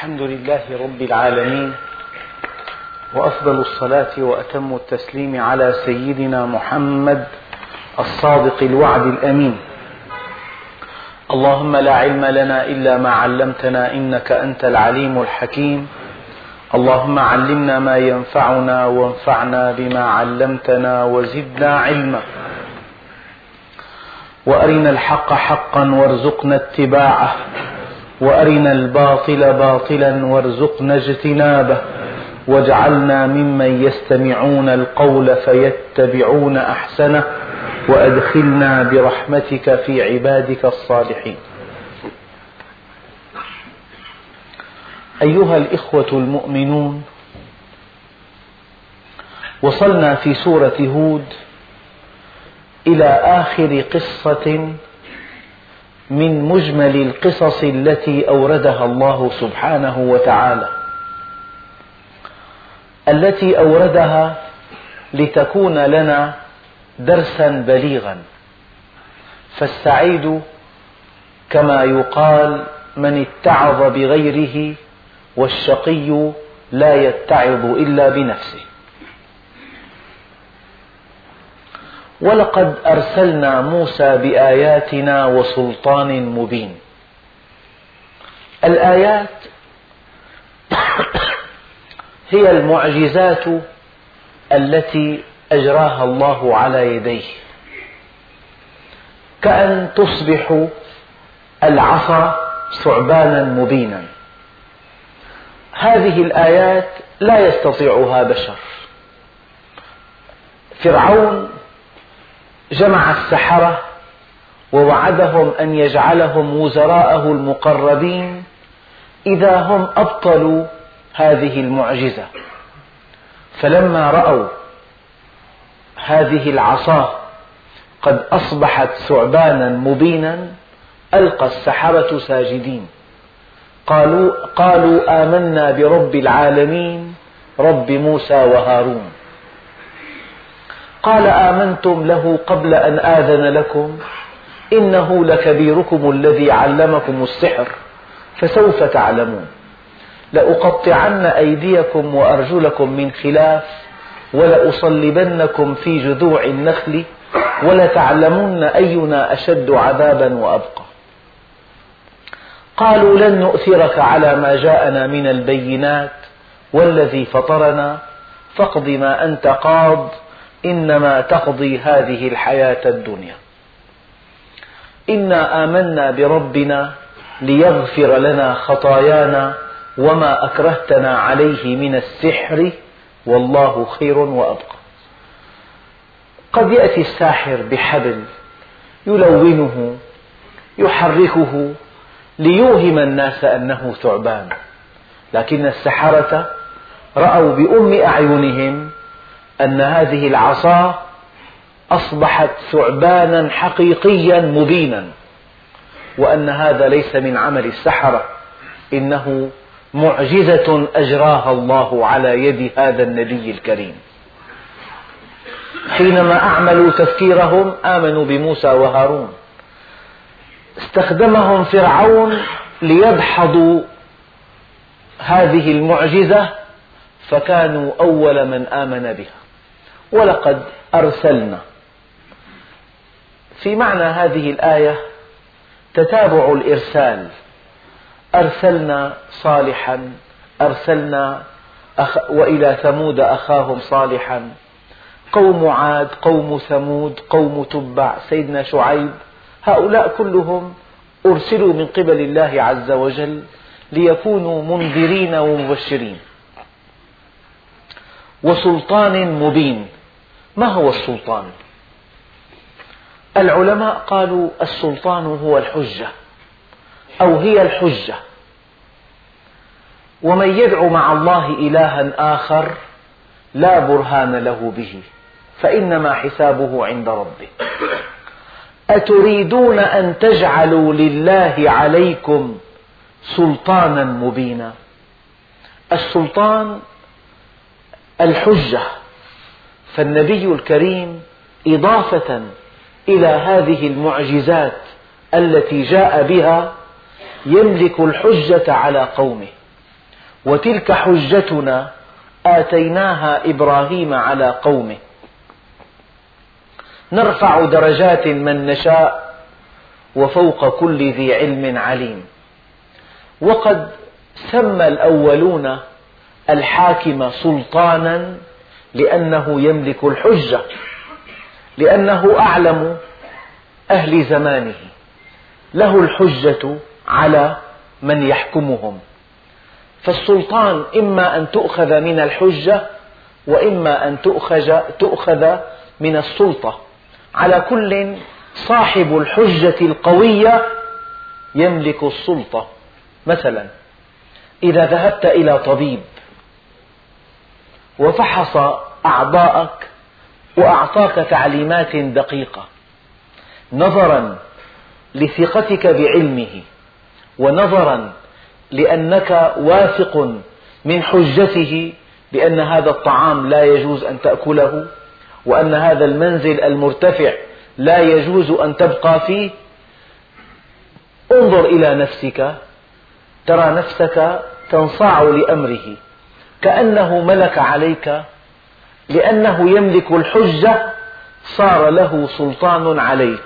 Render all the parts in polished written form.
الحمد لله رب العالمين، وأفضل الصلاة وأتم التسليم على سيدنا محمد الصادق الوعد الأمين. اللهم لا علم لنا إلا ما علمتنا إنك أنت العليم الحكيم. اللهم علمنا ما ينفعنا وانفعنا بما علمتنا وزدنا علما، وأرنا الحق حقا وارزقنا اتباعه، وأرنا الباطل باطلا وارزقنا اجتنابه، واجعلنا ممن يستمعون القول فيتبعون أحسنه، وأدخلنا برحمتك في عبادك الصالحين. أيها الإخوة المؤمنون، وصلنا في سورة هود إلى آخر قصة من مجمل القصص التي أوردها الله سبحانه وتعالى، التي أوردها لتكون لنا درسا بليغا. فالسعيد كما يقال من اتعظ بغيره، والشقي لا يتعظ إلا بنفسه. ولقد أرسلنا موسى بآياتنا وسلطان مبين. الآيات هي المعجزات التي أجراها الله على يديه، كأن تصبح العصا ثعبانا مبينا. هذه الآيات لا يستطيعها بشر. فرعون جمع السحرة ووعدهم أن يجعلهم وزراءه المقربين إذا هم أبطلوا هذه المعجزة. فلما رأوا هذه العصا قد أصبحت ثعبانا مبينا، ألقى السحرة ساجدين، قالوا آمنا برب العالمين رب موسى وهارون. قال آمنتم له قبل أن آذن لكم إنه لكبيركم الذي علمكم السحر فسوف تعلمون، لأقطعن أيديكم وأرجلكم من خلاف ولأصلبنكم في جذوع النخل ولتعلمن أينا أشد عذابا وأبقى. قالوا لن نؤثرك على ما جاءنا من البينات والذي فطرنا فاقض ما أنت قاض إنما تقضي هذه الحياة الدنيا، إنا آمنا بربنا ليغفر لنا خطايانا وما أكرهتنا عليه من السحر والله خير وأبقى. قد يأتي الساحر بحبل يلونه يحركه ليوهم الناس أنه ثعبان، لكن السحرة رأوا بأم أعينهم أن هذه العصا أصبحت ثعبانا حقيقيا مبينا، وأن هذا ليس من عمل السحرة، إنه معجزة أجراها الله على يد هذا النبي الكريم. حينما أعملوا تفكيرهم آمنوا بموسى وهارون. استخدمهم فرعون ليدحضوا هذه المعجزة فكانوا أول من آمن بها. ولقد أرسلنا، في معنى هذه الآية تتابع الإرسال. أرسلنا صالحا، أرسلنا وإلى ثمود أخاهم صالحا، قوم عاد، قوم ثمود، قوم تبع، سيدنا شعيب، هؤلاء كلهم أرسلوا من قبل الله عز وجل ليكونوا منذرين ومبشرين. وسلطان مبين. ما هو السلطان؟ العلماء قالوا السلطان هو الحجة أو هي الحجة. ومن يدعو مع الله إلها آخر لا برهان له به فإنما حسابه عند ربه. أتريدون أن تجعلوا لله عليكم سلطانا مبينا. السلطان الحجة. فالنبي الكريم إضافة إلى هذه المعجزات التي جاء بها يملك الحجة على قومه. وتلك حجتنا آتيناها إبراهيم على قومه نرفع درجات من نشاء وفوق كل ذي علم عليم. وقد سمى الأولون الحاكم سلطانا لأنه يملك الحجة، لأنه أعلم أهل زمانه، له الحجة على من يحكمهم. فالسلطان إما أن تؤخذ من الحجة وإما أن تؤخذ من السلطة. على كل صاحب الحجة القوية يملك السلطة. مثلا إذا ذهبت إلى طبيب وفحص أعضاءك وأعطاك تعليمات دقيقة نظرا لثقتك بعلمه ونظرا لأنك واثق من حجته بأن هذا الطعام لا يجوز أن تأكله وأن هذا المنزل المرتفع لا يجوز أن تبقى فيه، انظر إلى نفسك ترى نفسك تنصاع لأمره كأنه ملك عليك، لأنه يملك الحجة صار له سلطان عليك.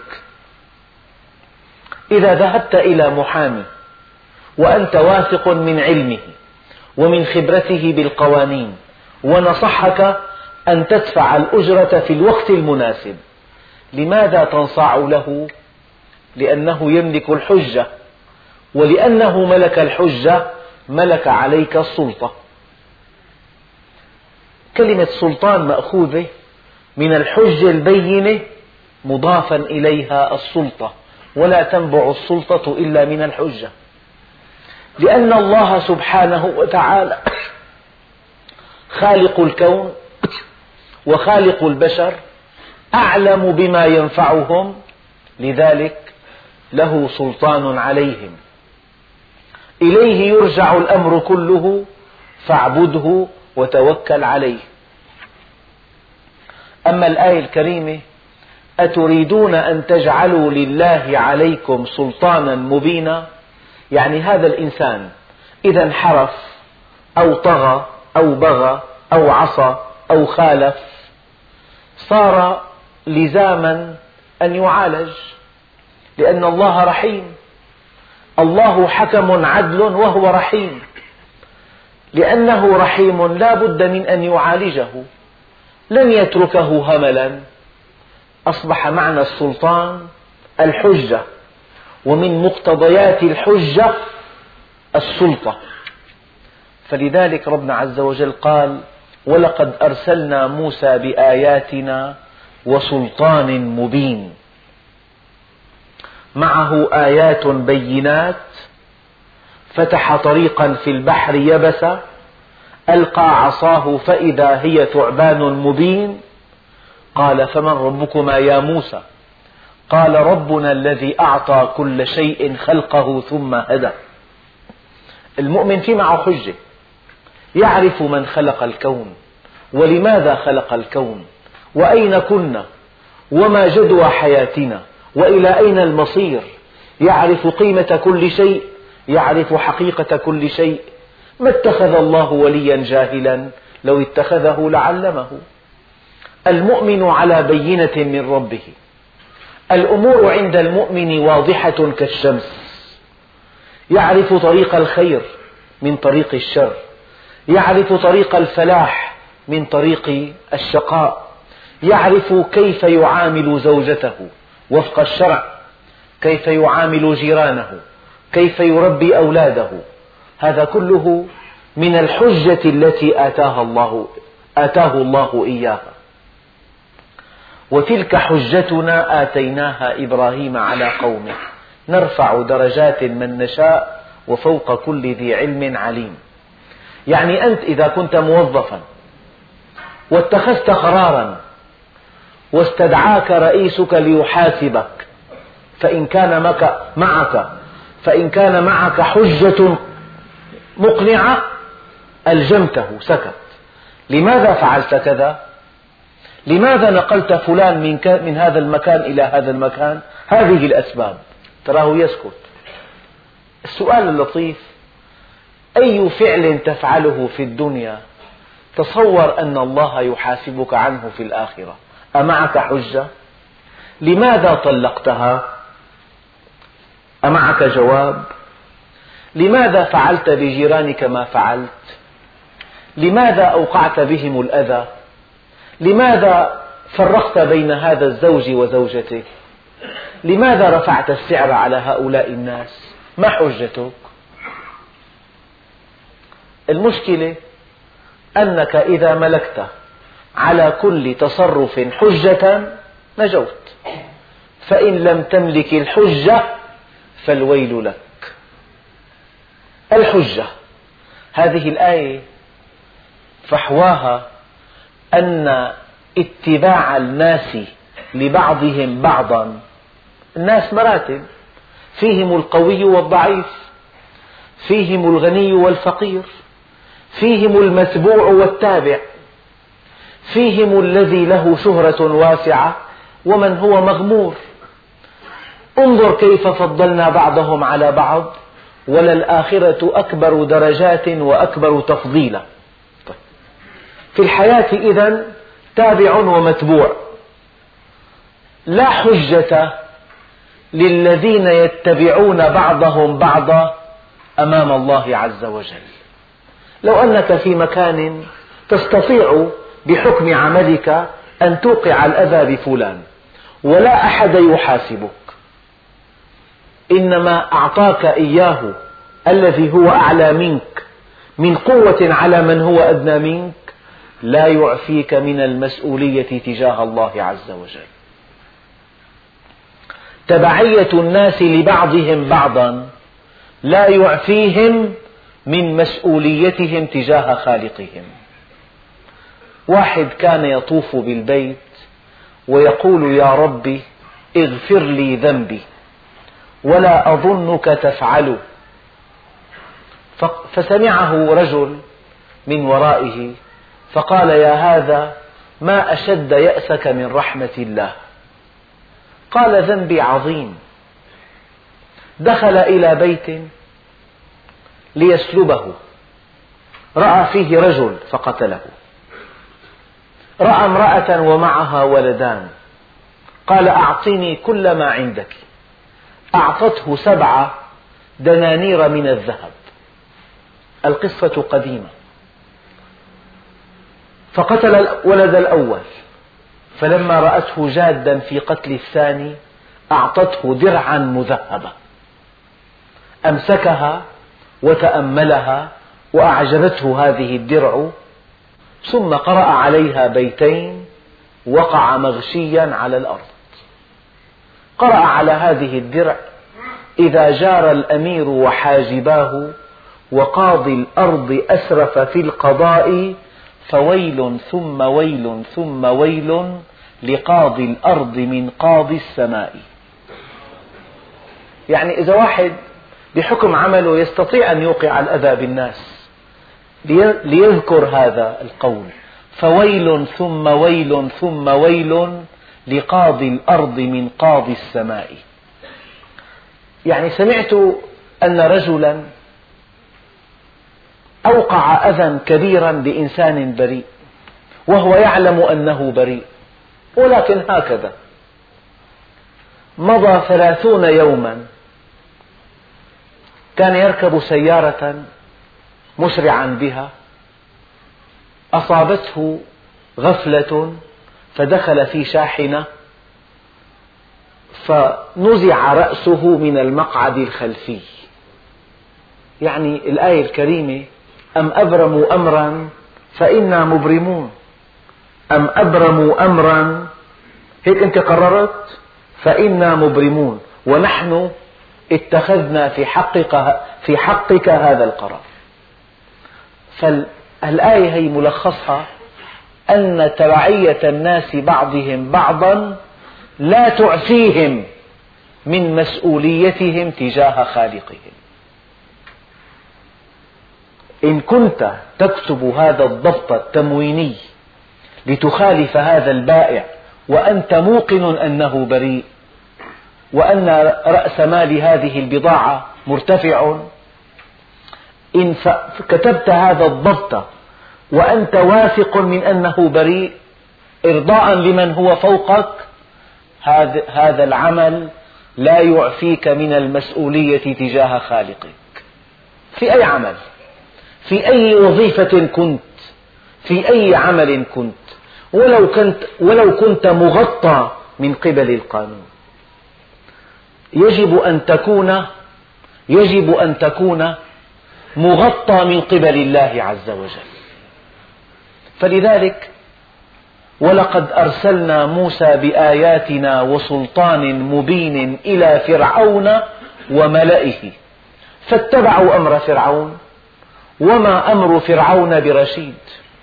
إذا ذهبت إلى محامي وأنت واثق من علمه ومن خبرته بالقوانين ونصحك أن تدفع الأجرة في الوقت المناسب، لماذا تنصاع له؟ لأنه يملك الحجة، ولأنه ملك الحجة ملك عليك السلطة. كلمة سلطان مأخوذة من الحجة البينة مضافا إليها السلطة، ولا تنبع السلطة إلا من الحجة، لأن الله سبحانه وتعالى خالق الكون وخالق البشر أعلم بما ينفعهم، لذلك له سلطان عليهم. إليه يرجع الأمر كله فاعبده وتوكل عليه. أما الآية الكريمة أتريدون أن تجعلوا لله عليكم سلطانا مبينا، يعني هذا الإنسان إذا انحرف أو طغى أو بغى أو عصى أو خالف صار لزاما أن يعالج، لأن الله رحيم، الله حكم عدل وهو رحيم، لأنه رحيم لا بد من أن يعالجه، لن يتركه هملا. أصبح معنى السلطان الحجة، ومن مقتضيات الحجة السلطة. فلذلك ربنا عز وجل قال ولقد أرسلنا موسى بآياتنا وسلطان مبين، معه آيات بينات، فتح طريقا في البحر يبسا، ألقى عصاه فإذا هي ثعبان مبين، قال فمن ربكما يا موسى؟ قال ربنا الذي أعطى كل شيء خلقه ثم هدى. المؤمن في معه حجة، يعرف من خلق الكون ولماذا خلق الكون وأين كنا وما جدوى حياتنا وإلى أين المصير، يعرف قيمة كل شيء، يعرف حقيقة كل شيء. ما اتخذ الله وليا جاهلا، لو اتخذه لعلمه. المؤمن على بينة من ربه، الأمور عند المؤمن واضحة كالشمس، يعرف طريق الخير من طريق الشر، يعرف طريق الفلاح من طريق الشقاء، يعرف كيف يعامل زوجته وفق الشرع، كيف يعامل جيرانه، كيف يربي أولاده. هذا كله من الحجة التي آتاه الله إياها. وتلك حجتنا آتيناها إبراهيم على قومه نرفع درجات من نشاء وفوق كل ذي علم عليم. يعني أنت إذا كنت موظفا واتخذت قرارا واستدعاك رئيسك ليحاسبك، فإن كان معك حجة مقنعة ألجمته، سكت. لماذا فعلت كذا؟ لماذا نقلت فلان من هذا المكان إلى هذا المكان؟ هذه الأسباب. تراه يسكت. السؤال اللطيف، أي فعل تفعله في الدنيا تصور أن الله يحاسبك عنه في الآخرة. أمعك حجة؟ لماذا طلقتها؟ أمعك جواب؟ لماذا فعلت بجيرانك ما فعلت؟ لماذا أوقعت بهم الأذى؟ لماذا فرقت بين هذا الزوج وزوجته؟ لماذا رفعت السعر على هؤلاء الناس؟ ما حجتك؟ المشكلة أنك إذا ملكت على كل تصرف حجة نجوت، فإن لم تملك الحجة فالويل لك. الحجة هذه الآية فحواها أن اتباع الناس لبعضهم بعضا، الناس مراتب، فيهم القوي والضعيف، فيهم الغني والفقير، فيهم المتبوع والتابع، فيهم الذي له شهرة واسعة ومن هو مغمور. انظر كيف فضلنا بعضهم على بعض، وللآخرة أكبر درجات وأكبر تفضيلا. في الحياة إذن تابع ومتبوع. لا حجة للذين يتبعون بعضهم بعضا أمام الله عز وجل. لو أنك في مكان تستطيع بحكم عملك أن توقع الأذى بفلان ولا أحد يحاسبك، إنما أعطاك إياه الذي هو أعلى منك من قوة على من هو أدنى منك، لا يعفيك من المسؤولية تجاه الله عز وجل. تبعية الناس لبعضهم بعضا لا يعفيهم من مسؤوليتهم تجاه خالقهم. واحد كان يطوف بالبيت ويقول: يا ربي اغفر لي ذنبي ولا أظنك تفعله. فسمعه رجل من ورائه فقال: يا هذا ما أشد يأسك من رحمة الله. قال: ذنبي عظيم. دخل إلى بيت ليسلبه، رأى فيه رجل فقتله. رأى امرأة ومعها ولدان، قال: أعطني كل ما عندك. أعطته 7 دنانير من الذهب. القصة قديمة. فقتل الولد الأول، فلما رأته جادا في قتل الثاني أعطته درعا مذهبة، أمسكها وتأملها وأعجبته هذه الدرع، ثم قرأ عليها بيتين وقع مغشيا على الأرض. قرأ على هذه الدرع: إذا جار الأمير وحاجباه وقاضي الأرض أسرف في القضاء فويل ثم ويل ثم ويل لقاضي الأرض من قاضي السماء. يعني إذا واحد بحكم عمله يستطيع أن يوقع الأذى بالناس ليذكر هذا القول: فويل ثم ويل ثم ويل لقاضي الأرض من قاضي السماء. يعني سمعت أن رجلا أوقع أذى كبيرا بإنسان بريء وهو يعلم أنه بريء، ولكن هكذا مضى 30 يوما كان يركب سيارة مسرعا بها، أصابته غفلة فدخل في شاحنة فنزع رأسه من المقعد الخلفي. يعني الآية الكريمة: أم أبرموا أمرا فإنا مبرمون. أم أبرموا أمرا، هيك أنت قررت، فإنا مبرمون ونحن اتخذنا في حقك هذا القرار. فالآية هي ملخصها أن تبعية الناس بعضهم بعضا لا تعفيهم من مسؤوليتهم تجاه خالقهم. إن كنت تكتب هذا الضبط التمويني لتخالف هذا البائع وأنت موقن أنه بريء وأن رأس مال هذه البضاعة مرتفع، إن كتبت هذا الضبط وأنت واثق من أنه بريء إرضاء لمن هو فوقك، هذا العمل لا يعفيك من المسؤولية تجاه خالقك في أي عمل، في أي وظيفة كنت، في أي عمل كنت، ولو كنت مغطى من قبل القانون. يجب أن تكون مغطى من قبل الله عز وجل. فلذلك ولقد أرسلنا موسى بآياتنا وسلطان مبين إلى فرعون وملئه فاتبعوا أمر فرعون وما أمر فرعون برشيد.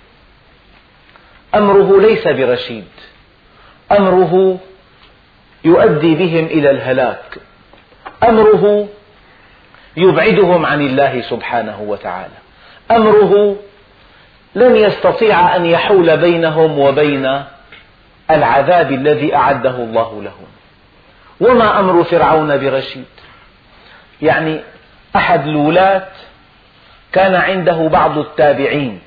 أمره ليس برشيد، أمره يؤدي بهم إلى الهلاك، أمره يبعدهم عن الله سبحانه وتعالى، أمره لن يستطيع أن يحول بينهم وبين العذاب الذي أعده الله لهم. وما أمر فرعون برشيد. يعني أحد الولاة كان عنده بعض التابعين،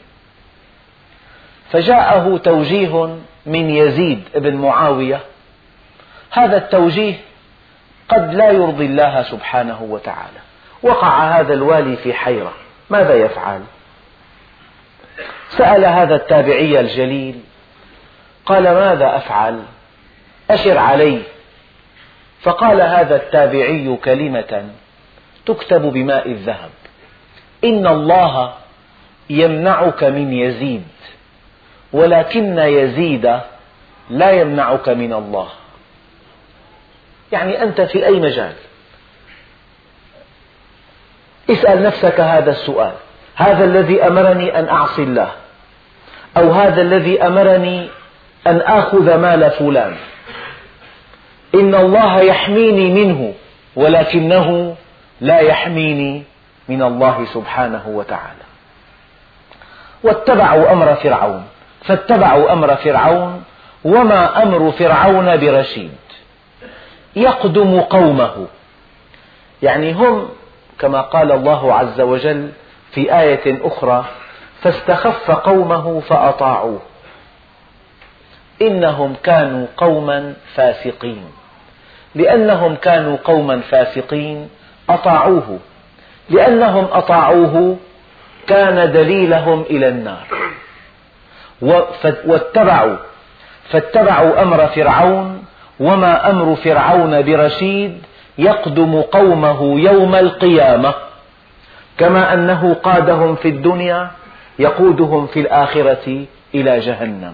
فجاءه توجيه من يزيد بن معاوية، هذا التوجيه قد لا يرضي الله سبحانه وتعالى. وقع هذا الوالي في حيرة، ماذا يفعل؟ سأل هذا التابعي الجليل، قال: ماذا أفعل؟ أشر علي. فقال هذا التابعي كلمة تكتب بماء الذهب: إن الله يمنعك من يزيد، ولكن يزيد لا يمنعك من الله. يعني أنت في أي مجال اسأل نفسك هذا السؤال: هذا الذي أمرني أن أعصي الله، أو هذا الذي أمرني أن آخذ مال فلان، إن الله يحميني منه ولكنه لا يحميني من الله سبحانه وتعالى. واتبعوا أمر فرعون فاتبعوا أمر فرعون وما أمر فرعون برشيد. يقدم قومه، يعني هم كما قال الله عز وجل في آية أخرى: فاستخف قومه فأطاعوه إنهم كانوا قوما فاسقين. لأنهم كانوا قوما فاسقين أطاعوه، لأنهم أطاعوه كان دليلهم إلى النار. فاتبعوا أمر فرعون وما أمر فرعون برشيد. يقدم قومه يوم القيامة كما أنه قادهم في الدنيا يقودهم في الآخرة إلى جهنم.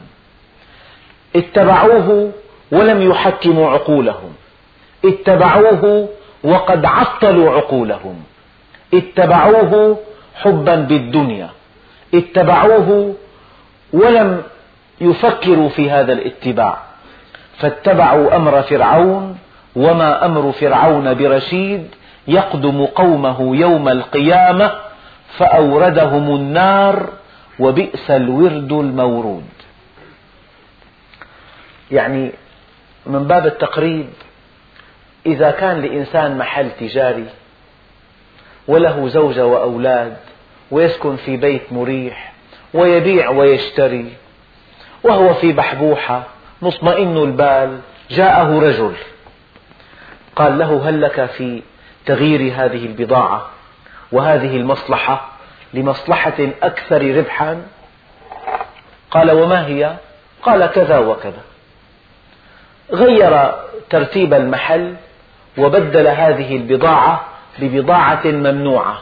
اتبعوه ولم يحكموا عقولهم، اتبعوه وقد عطلوا عقولهم، اتبعوه حبا بالدنيا، اتبعوه ولم يفكروا في هذا الاتباع. فاتبعوا أمر فرعون وما أمر فرعون برشيد. يقدم قومه يوم القيامة فأوردهم النار وبئس الورد المورود. يعني من باب التقريب، إذا كان لإنسان محل تجاري وله زوجة وأولاد ويسكن في بيت مريح ويبيع ويشتري وهو في بحبوحة مطمئن البال، جاءه رجل قال له: هل لك في تغيير هذه البضاعة وهذه المصلحة لمصلحة أكثر ربحا؟ قال: وما هي؟ قال: كذا وكذا. غير ترتيب المحل وبدل هذه البضاعة ببضاعة ممنوعة.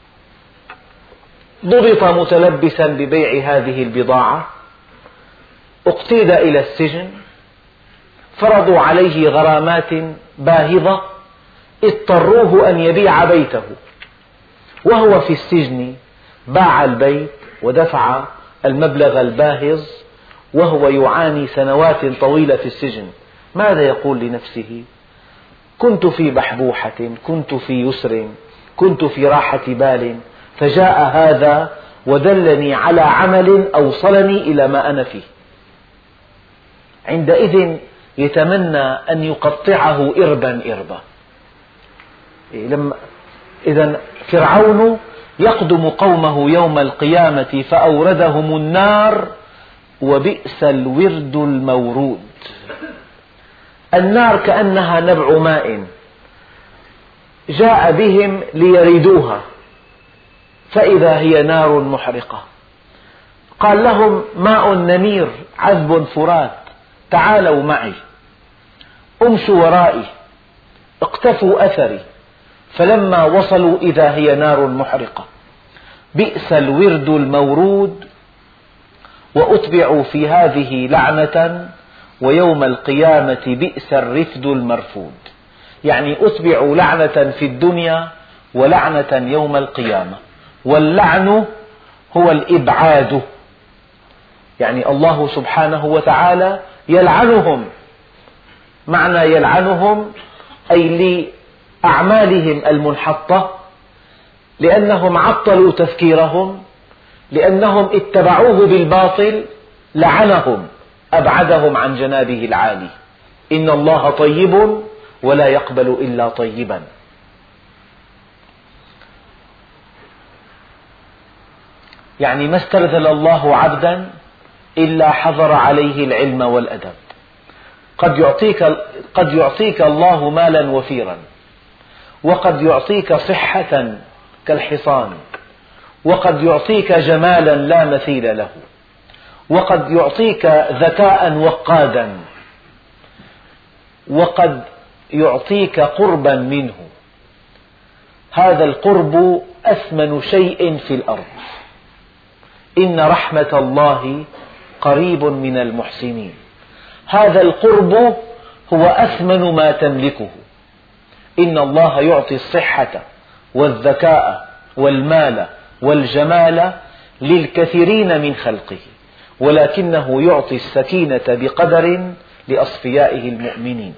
ضبط متلبسا ببيع هذه البضاعة، اقتيد إلى السجن، فرضوا عليه غرامات باهظة، اضطروه أن يبيع بيته. وهو في السجن باع البيت ودفع المبلغ الباهظ وهو يعاني سنوات طويلة في السجن. ماذا يقول لنفسه؟ كنت في بحبوحة، كنت في يسر، كنت في راحة بال، فجاء هذا ودلني على عمل أوصلني إلى ما أنا فيه. عندئذ يتمنى أن يقطعه إربا إربا. إذن فرعون يقدم قومه يوم القيامة فأوردهم النار وبئس الورد المورود. النار كأنها نبع ماء جاء بهم ليردوها فإذا هي نار محرقة. قال لهم ماء نمير عذب فرات تعالوا معي امشوا ورائي اقتفوا أثري، فلما وصلوا إذا هي نار محرقة. بئس الورد المورود وأتبعوا في هذه لعنة ويوم القيامة بئس الرفد المرفود. يعني أتبعوا لعنة في الدنيا ولعنة يوم القيامة. واللعن هو الإبعاد، يعني الله سبحانه وتعالى يلعنهم. معنى يلعنهم أي لأعمالهم المنحطة، لأنهم عطلوا تفكيرهم، لأنهم اتبعوه بالباطل، لعنهم أبعدهم عن جنابه العالي. إن الله طيب ولا يقبل إلا طيبا. يعني ما استرذل الله عبدا إلا حضر عليه العلم والأدب. قد يعطيك الله مالا وفيرا، وقد يعطيك صحة كالحصان، وقد يعطيك جمالا لا مثيل له، وقد يعطيك ذكاء وقادا، وقد يعطيك قربا منه. هذا القرب أثمن شيء في الأرض. إن رحمة الله قريب من المحسنين. هذا القرب هو أثمن ما تملكه. إن الله يعطي الصحة والذكاء والمال والجمال للكثيرين من خلقه، ولكنه يعطي السكينة بقدر لأصفيائه المؤمنين.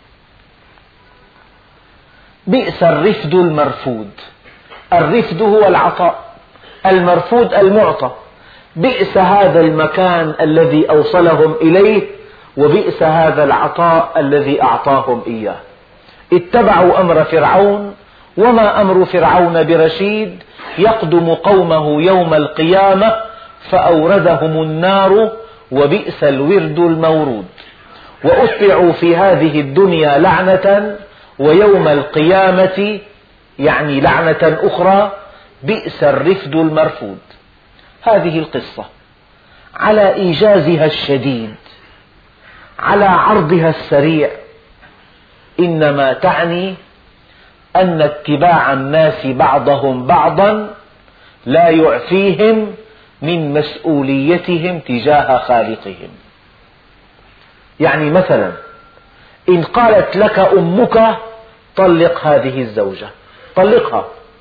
بئس الرفد المرفود. الرفد هو العطاء، المرفود المعطى. بئس هذا المكان الذي أوصلهم إليه، وبئس هذا العطاء الذي أعطاهم إياه. اتبعوا أمر فرعون، وما أمر فرعون برشيد. يقدم قومه يوم القيامة فأوردهم النار وبئس الورد المورود. وأتبعوا في هذه الدنيا لعنة ويوم القيامة يعني لعنة أخرى بئس الرفد المرفود. هذه القصة على إيجازها الشديد، على عرضها السريع، إنما تعني أن اتباع الناس بعضهم بعضا لا يعفيهم من مسؤوليتهم تجاه خالقهم. يعني مثلا إن قالت لك أمك طلق هذه الزوجة، طلقها،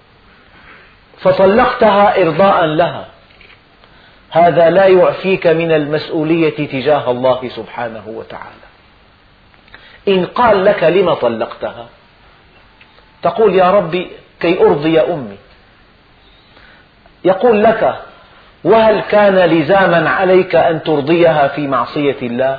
فطلقتها إرضاء لها، هذا لا يعفيك من المسؤولية تجاه الله سبحانه وتعالى. إن قال لك لم طلقتها، تقول يا ربي كي أرضي أمي. يقول لك وهل كان لزاما عليك أن ترضيها في معصية الله؟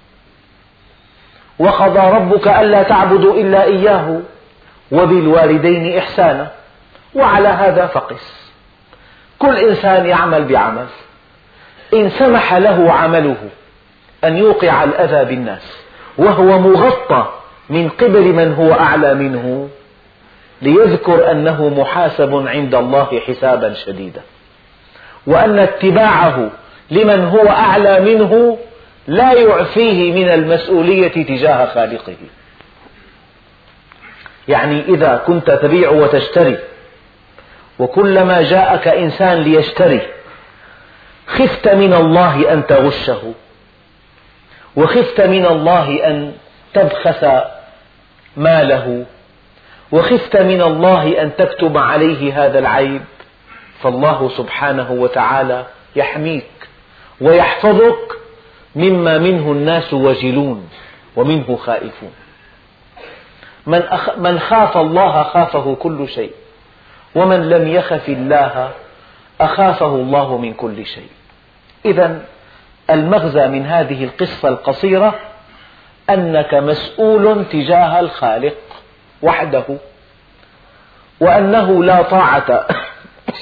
وقضى ربك ألا تعبدوا إلا إياه وبالوالدين إحسانا. وعلى هذا فقس. كل إنسان يعمل بعمل، إن سمح له عمله أن يوقع الأذى بالناس وهو مغطى من قبل من هو أعلى منه، ليذكر أنه محاسب عند الله حسابا شديدا، وأن اتباعه لمن هو أعلى منه لا يعفيه من المسؤولية تجاه خالقه. يعني إذا كنت تبيع وتشتري، وكلما جاءك إنسان ليشتري خفت من الله أن تغشه، وخفت من الله أن تبخس ماله، وخفت من الله أن تكتب عليه هذا العيب، فالله سبحانه وتعالى يحميك ويحفظك مما منه الناس وجلون ومنه خائفون. من خاف الله خافه كل شيء، ومن لم يخف الله أخافه الله من كل شيء. إذن المغزى من هذه القصة القصيرة أنك مسؤول تجاه الخالق وحده، وأنه لا طاعة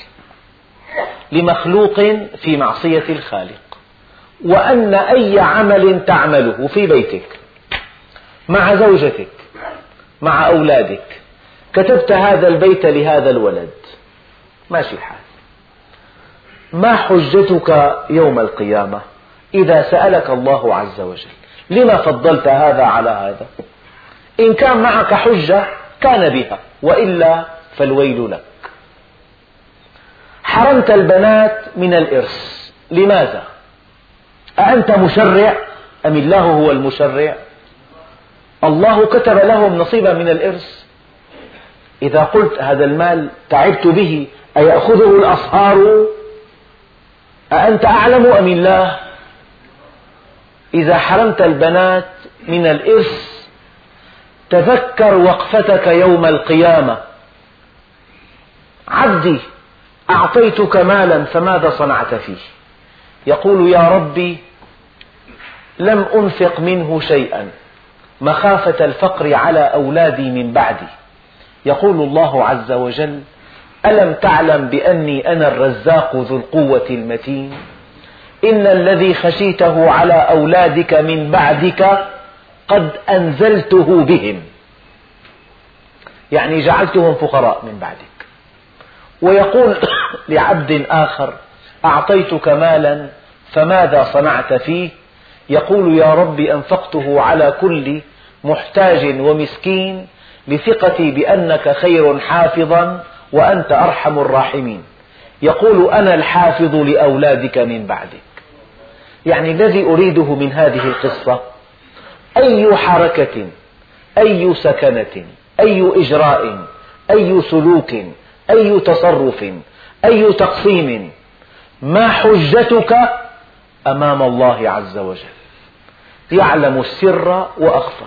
لمخلوق في معصية الخالق، وأن أي عمل تعمله في بيتك مع زوجتك مع أولادك، كتبت هذا البيت لهذا الولد، ماشي الحال. ما حجتك يوم القيامة إذا سألك الله عز وجل لما فضلت هذا على هذا؟ إن كان معك حجة كان بها، وإلا فالويل لك. حرمت البنات من الإرث، لماذا؟ أأنت مشرع أم الله هو المشرع؟ الله كتب لهم نصيبا من الإرث. إذا قلت هذا المال تعبت به أيأخذه الأصهار، أأنت أعلم أم الله؟ إذا حرمت البنات من الإرث تذكر وقفتك يوم القيامة. عبدي أعطيتك مالا فماذا صنعت فيه؟ يقول يا ربي لم أنفق منه شيئا مخافة الفقر على أولادي من بعدي. يقول الله عز وجل ألم تعلم بأني أنا الرزاق ذو القوة المتين؟ إن الذي خشيته على أولادك من بعدك قد أنزلته بهم، يعني جعلتهم فقراء من بعدك. ويقول لعبد آخر أعطيتك مالا فماذا صنعت فيه؟ يقول يا رب أنفقته على كل محتاج ومسكين لثقتي بأنك خير حافظا وأنت أرحم الراحمين. يقول أنا الحافظ لأولادك من بعدك. يعني الذي أريده من هذه القصة أي حركة، أي سكنة، أي إجراء، أي سلوك، أي تصرف، أي تقسيم، ما حجتك أمام الله عز وجل؟ يعلم السر وأخفى.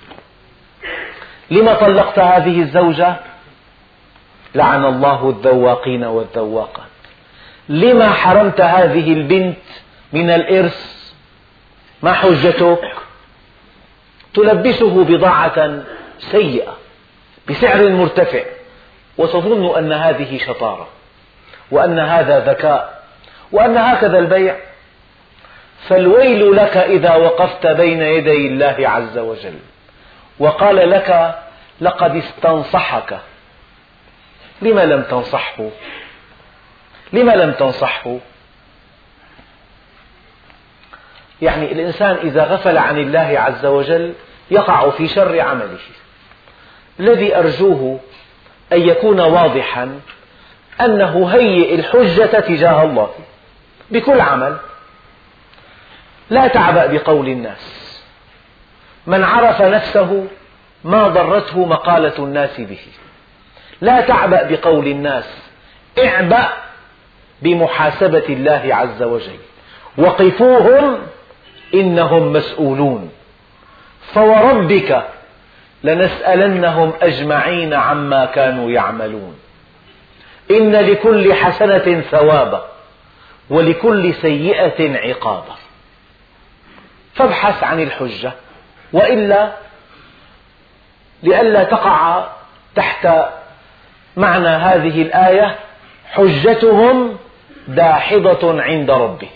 لما طلقت هذه الزوجة؟ لعن الله الذواقين والذواقات. لما حرمت هذه البنت من الإرث؟ ما حجتك؟ تلبسه بضاعة سيئة بسعر مرتفع وتظن أن هذه شطارة وأن هذا ذكاء وأن هكذا البيع. فالويل لك إذا وقفت بين يدي الله عز وجل وقال لك لقد استنصحك، لما لم تنصحه؟ لما لم تنصحه؟ يعني الإنسان إذا غفل عن الله عز وجل يقع في شر عمله. الذي أرجوه أن يكون واضحا أنه هيئ الحجة تجاه الله بكل عمل. لا تعبأ بقول الناس. من عرف نفسه ما ضرته مقالة الناس به. لا تعبأ بقول الناس، اعبأ بمحاسبة الله عز وجل. وقفوهم إنهم مسؤولون. فوربك لنسألنهم أجمعين عما كانوا يعملون. إن لكل حسنة ثوابا ولكل سيئة عقابا. فابحث عن الحجة، وإلا لئلا تقع تحت معنى هذه الآية حجتهم داحضة عند ربهم.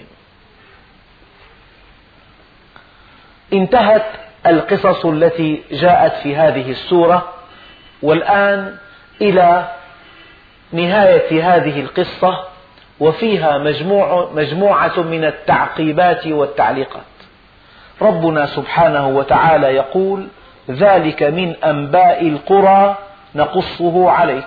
انتهت القصص التي جاءت في هذه السورة، والآن إلى نهاية هذه القصة، وفيها مجموعة من التعقيبات والتعليقات. ربنا سبحانه وتعالى يقول ذلك من أنباء القرى نقصه عليك.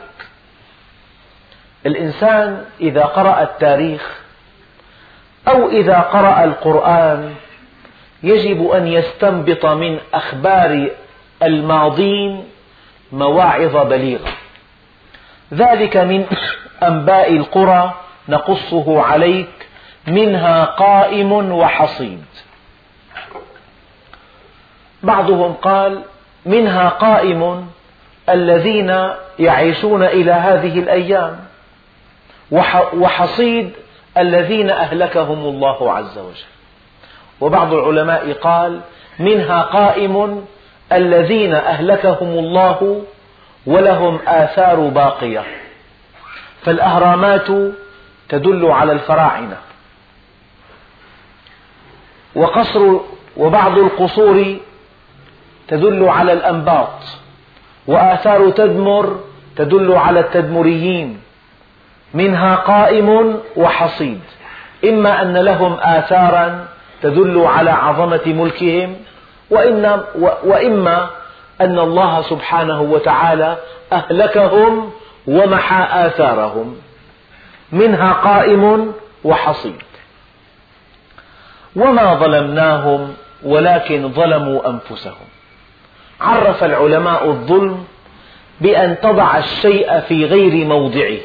الإنسان إذا قرأ التاريخ أو إذا قرأ القرآن يجب أن يستنبط من أخبار الماضين مواعظ بليغة. ذلك من أنباء القرى نقصه عليك منها قائم وحصيد. بعضهم قال منها قائم الذين يعيشون إلى هذه الأيام، وحصيد الذين أهلكهم الله عز وجل. وبعض العلماء قال منها قائم الذين أهلكهم الله ولهم آثار باقية. فالأهرامات تدل على الفراعنة، وبعض القصور تدل على الأنباط، وآثار تدمر تدل على التدمريين، منها قائم وحصيد، إما أن لهم آثارا تدل على عظمة ملكهم، وإما أن الله سبحانه وتعالى أهلكهم ومحى آثارهم، منها قائم وحصيد. وما ظلمناهم ولكن ظلموا أنفسهم. عرف العلماء الظلم بأن تضع الشيء في غير موضعه.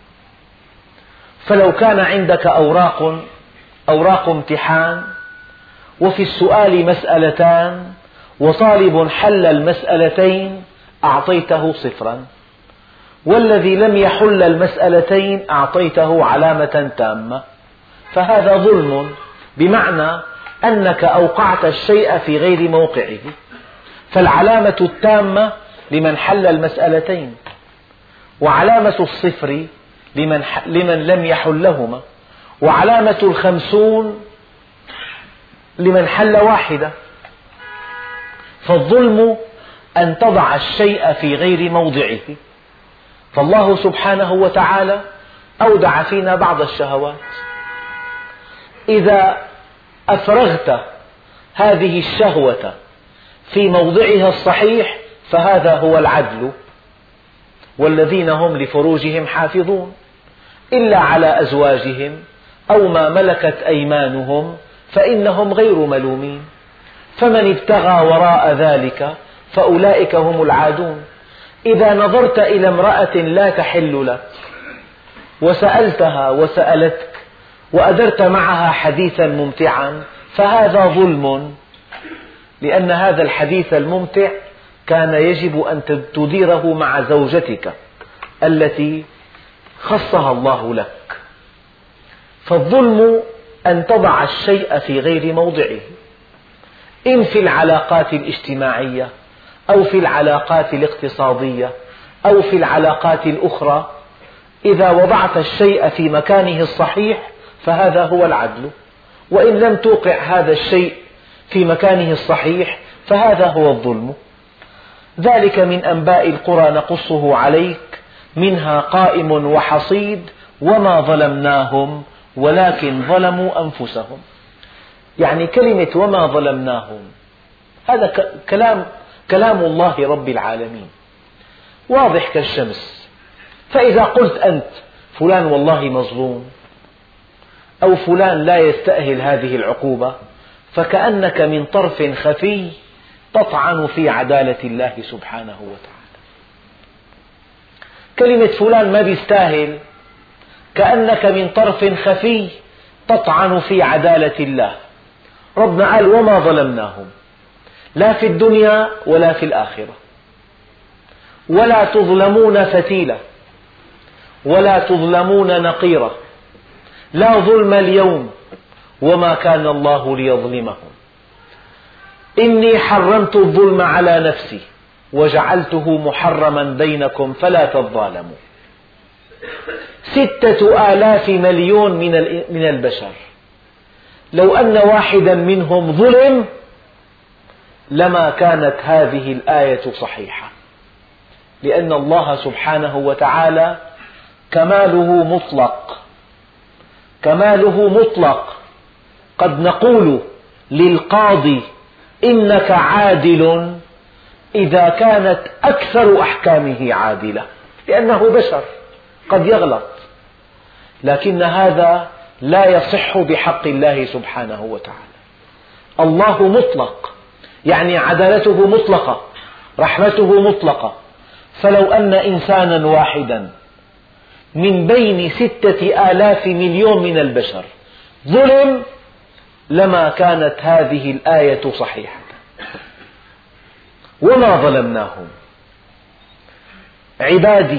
فلو كان عندك أوراق امتحان وفي السؤال مسألتان وطالب حل المسألتين أعطيته 0، والذي لم يحل المسألتين أعطيته علامة تامة، فهذا ظلم، بمعنى أنك أوقعت الشيء في غير موقعه. فالعلامة التامة لمن حل المسألتين، وعلامة 0 لمن لم يحلهما، وعلامة 50 لمن حل واحدة. فالظلم أن تضع الشيء في غير موضعه. فالله سبحانه وتعالى أودع فينا بعض الشهوات، إذا أفرغت هذه الشهوة في موضعها الصحيح فهذا هو العدل. والذين هم لفروجهم حافظون إلا على أزواجهم أو ما ملكت أيمانهم فإنهم غير ملومين، فمن ابتغى وراء ذلك فأولئك هم العادون. إذا نظرت إلى امرأة لا تحل لك وسألتها وسألتك وأدرت معها حديثا ممتعا فهذا ظلم، لأن هذا الحديث الممتع كان يجب أن تديره مع زوجتك التي خصها الله لك. فالظلم أن تضع الشيء في غير موضعه، إن في العلاقات الاجتماعية أو في العلاقات الاقتصادية أو في العلاقات الأخرى. إذا وضعت الشيء في مكانه الصحيح فهذا هو العدل، وإن لم توقع هذا الشيء في مكانه الصحيح فهذا هو الظلم. ذلك من أنباء القرى نقصه عليك منها قائم وحصيد وما ظلمناهم ولكن ظلموا أنفسهم. يعني كلمة وما ظلمناهم هذا كلام الله رب العالمين واضح كالشمس. فإذا قلت أنت فلان والله مظلوم أو فلان لا يستأهل هذه العقوبة فكأنك من طرف خفي تطعن في عدالة الله سبحانه وتعالى. كلمة فلان ما بيستاهل كأنك من طرف خفي تطعن في عدالة الله. ربنا قال وما ظلمناهم لا في الدنيا ولا في الآخرة ولا تظلمون فتيلة ولا تظلمون نقيرة، لا ظلم اليوم وما كان الله ليظلمهم، إني حرمت الظلم على نفسي وجعلته محرما بينكم فلا تظالموا. 6,000 مليون من البشر، لو أن واحدا منهم ظلم لما كانت هذه الآية صحيحة، لأن الله سبحانه وتعالى كماله مطلق. قد نقول للقاضي إنك عادل إذا كانت أكثر أحكامه عادلة، لأنه بشر قد يغلط، لكن هذا لا يصح بحق الله سبحانه وتعالى. الله مطلق، يعني عدالته مطلقة، رحمته مطلقة. فلو أن إنسانا واحدا من بين 6,000 مليون من البشر ظلم لما كانت هذه الآية صحيحة. وما ظلمناهم. عبادي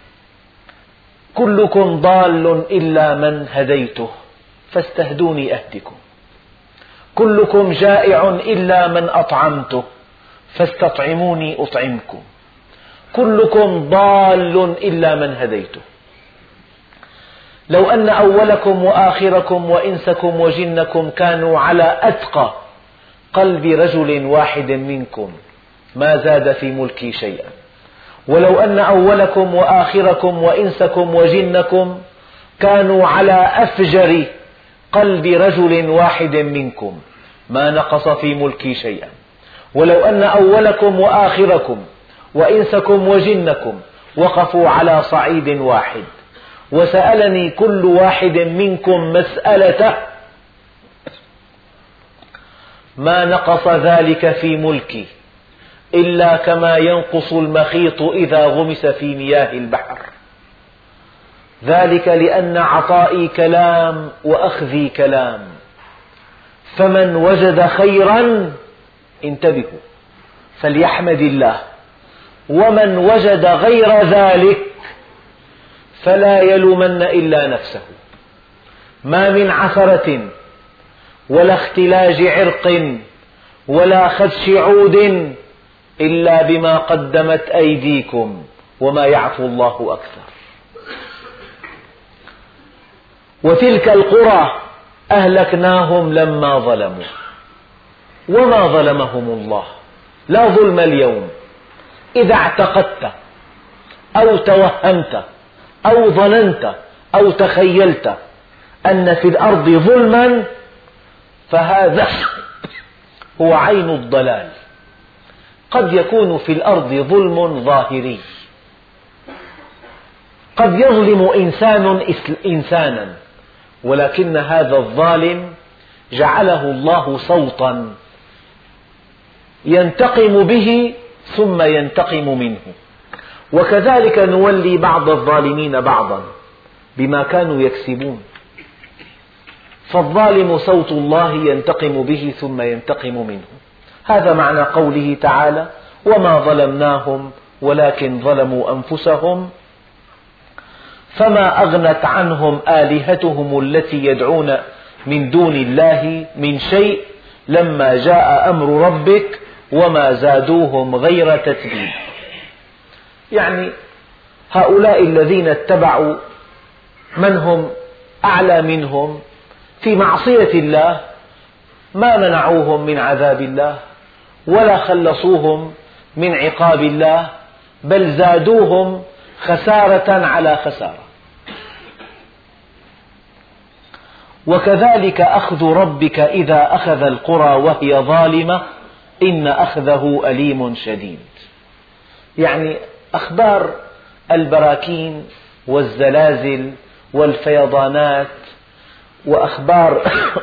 كلكم ضال إلا من هديته فاستهدوني أهدكم، كلكم جائع إلا من أطعمته فاستطعموني أطعمكم، كلكم ضال إلا من هديته. لو أن أولكم وآخركم وإنسكم وجنكم كانوا على أتقى قلب رجل واحد منكم ما زاد في ملكي شيئا، ولو أن أولكم وآخركم وإنسكم وجنكم كانوا على أفجر قلب رجل واحد منكم ما نقص في ملكي شيئا، ولو أن أولكم وآخركم وإنسكم وجنكم وقفوا على صعيد واحد وسألني كل واحد منكم مسألته ما نقص ذلك في ملكي إلا كما ينقص المخيط إذا غمس في مياه البحر، ذلك لأن عطائي كلام وأخذي كلام، فمن وجد خيرا انتبهوا فليحمد الله، ومن وجد غير ذلك فلا يلومن إلا نفسه. ما من عثرة ولا اختلاج عرق ولا خدش عود إلا بما قدمت أيديكم وما يعفو الله أكثر. وتلك القرى أهلكناهم لما ظلموا وما ظلمهم الله، لا ظلم اليوم. إذا اعتقدت أو توهمت أو ظننت أو تخيلت أن في الأرض ظلما فهذا هو عين الضلال. قد يكون في الأرض ظلم ظاهري، قد يظلم إنسان إنسانا، ولكن هذا الظالم جعله الله صوتا ينتقم به ثم ينتقم منه. وكذلك نولي بعض الظالمين بعضا بما كانوا يكسبون، فالظالم صوت الله ينتقم به ثم ينتقم منه. هذا معنى قوله تعالى: وما ظلمناهم ولكن ظلموا أنفسهم فما أغنت عنهم آلهتهم التي يدعون من دون الله من شيء لما جاء أمر ربك وما زادوهم غير تتبيب. يعني هؤلاء الذين اتبعوا من هم أعلى منهم في معصية الله ما منعوهم من عذاب الله ولا خلصوهم من عقاب الله، بل زادوهم خسارة على خسارة. وكذلك أخذ ربك إذا أخذ القرى وهي ظالمة إن أخذه أليم شديد. يعني أخبار البراكين والزلازل والفيضانات وأخبار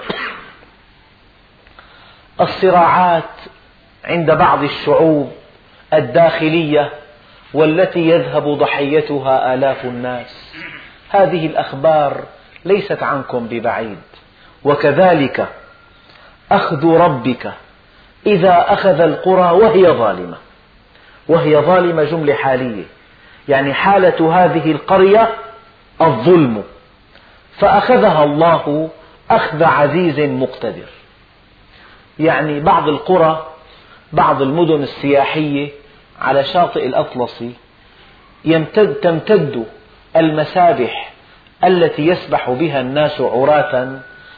الصراعات عند بعض الشعوب الداخلية والتي يذهب ضحيتها آلاف الناس، هذه الأخبار ليست عنكم ببعيد. وكذلك أخذ ربك إذا أخذ القرى وهي ظالمة، وهي ظالمة جملة حالية، يعني حالة هذه القرية الظلم، فأخذها الله أخذ عزيز مقتدر. يعني بعض القرى، بعض المدن السياحية على شاطئ الأطلسي تمتد المسابح التي يسبح بها الناس عراة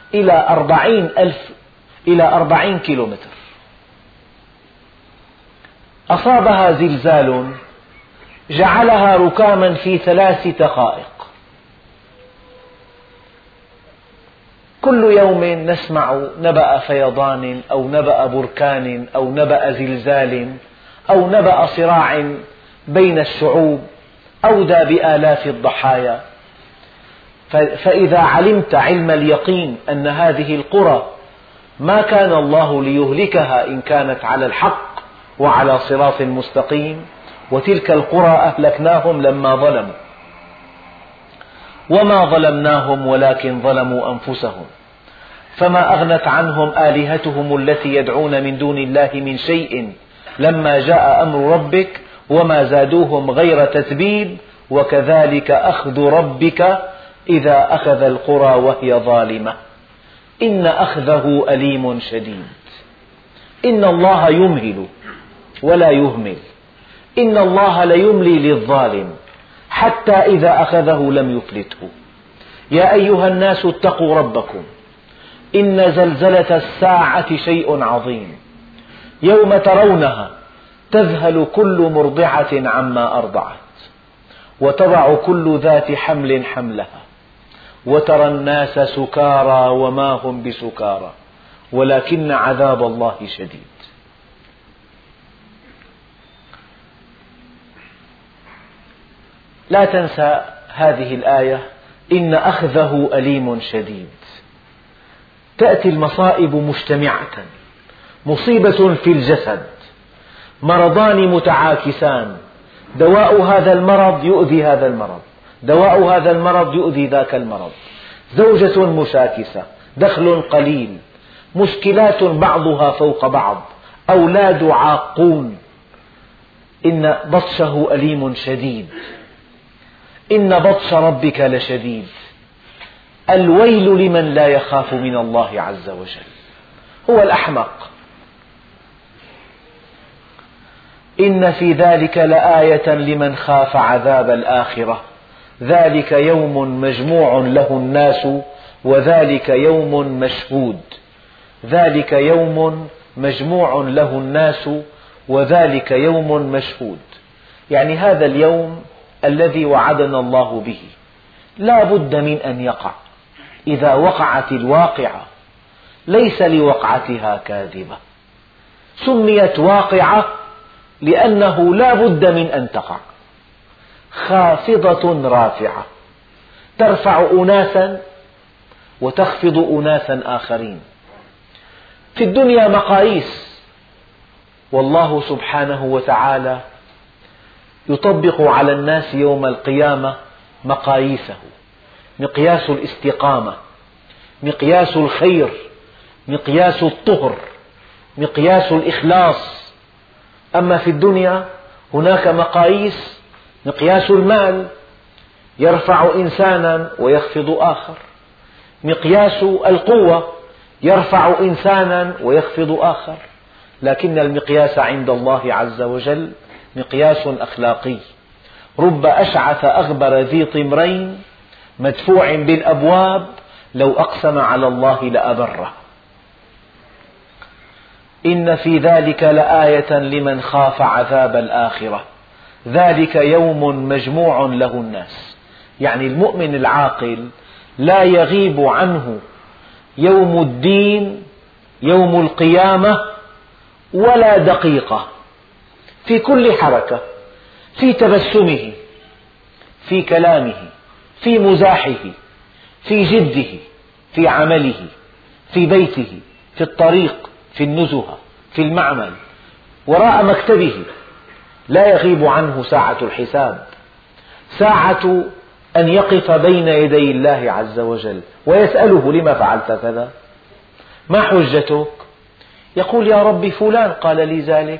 إلى 40 كيلومتر. أصابها زلزال جعلها ركاما في 3 دقائق. كل يوم نسمع نبأ فيضان أو نبأ بركان أو نبأ زلزال أو نبأ صراع بين الشعوب أودى بآلاف الضحايا. فإذا علمت علم اليقين أن هذه القرى ما كان الله ليهلكها إن كانت على الحق وعلى صراط مستقيم، وتلك القرى أهلكناهم لما ظلموا وما ظلمناهم ولكن ظلموا أنفسهم فما أغنت عنهم آلهتهم التي يدعون من دون الله من شيء لما جاء أمر ربك وما زادوهم غير تتبيب. وكذلك أخذ ربك إذا أخذ القرى وهي ظالمة إن أخذه أليم شديد. إن الله يمهل ولا يهمل، إن الله ليملي للظالم حتى إذا أخذه لم يفلته. يا أيها الناس اتقوا ربكم إن زلزلة الساعة شيء عظيم يوم ترونها تذهل كل مرضعة عما أرضعت وتضع كل ذات حمل حملها وترى الناس سكارى وما هم بسكارى ولكن عذاب الله شديد. لا تنسى هذه الآية إن أخذه أليم شديد. تأتي المصائب مجتمعة، مصيبة في الجسد، مرضان متعاكسان، دواء هذا المرض يؤذي هذا المرض، دواء هذا المرض يؤذي ذاك المرض، زوجة مشاكسة، دخل قليل، مشكلات بعضها فوق بعض، أولاد عاقون. إن بطشه أليم شديد، إن بطش ربك لشديد. الويل لمن لا يخاف من الله عز وجل، هو الأحمق. إن في ذلك لآية لمن خاف عذاب الآخرة ذلك يوم مجموع له الناس وذلك يوم مشهود. ذلك يوم مجموع له الناس وذلك يوم مشهود، يعني هذا اليوم الذي وعدنا الله به لا بد من أن يقع. إذا وقعت الواقعة ليس لوقعتها كاذبة، سميت واقعة لأنه لا بد من أن تقع. خافضة رافعة ترفع أناسا وتخفض أناسا آخرين. في الدنيا مقاييس، والله سبحانه وتعالى يطبق على الناس يوم القيامة مقاييسه: مقياس الاستقامة، مقياس الخير، مقياس الطهر، مقياس الإخلاص. أما في الدنيا هناك مقاييس: مقياس المال يرفع إنسانا ويخفض آخر، مقياس القوة يرفع إنسانا ويخفض آخر. لكن المقياس عند الله عز وجل مقياس أخلاقي. رب أشعث أغبر ذي طمرين مدفوع بالأبواب لو أقسم على الله لأبره. إن في ذلك لآية لمن خاف عذاب الآخرة ذلك يوم مجموع له الناس، يعني المؤمن العاقل لا يغيب عنه يوم الدين، يوم القيامة، ولا دقيقة، في كل حركة، في تبسمه، في كلامه، في مزاحه، في جده، في عمله، في بيته، في الطريق، في النزهة، في المعمل، وراء مكتبه. لا يغيب عنه ساعة الحساب، ساعة أن يقف بين يدي الله عز وجل ويسأله: لما فعلت كذا؟ ما حجتك؟ يقول: يا رب فلان قال لي ذلك.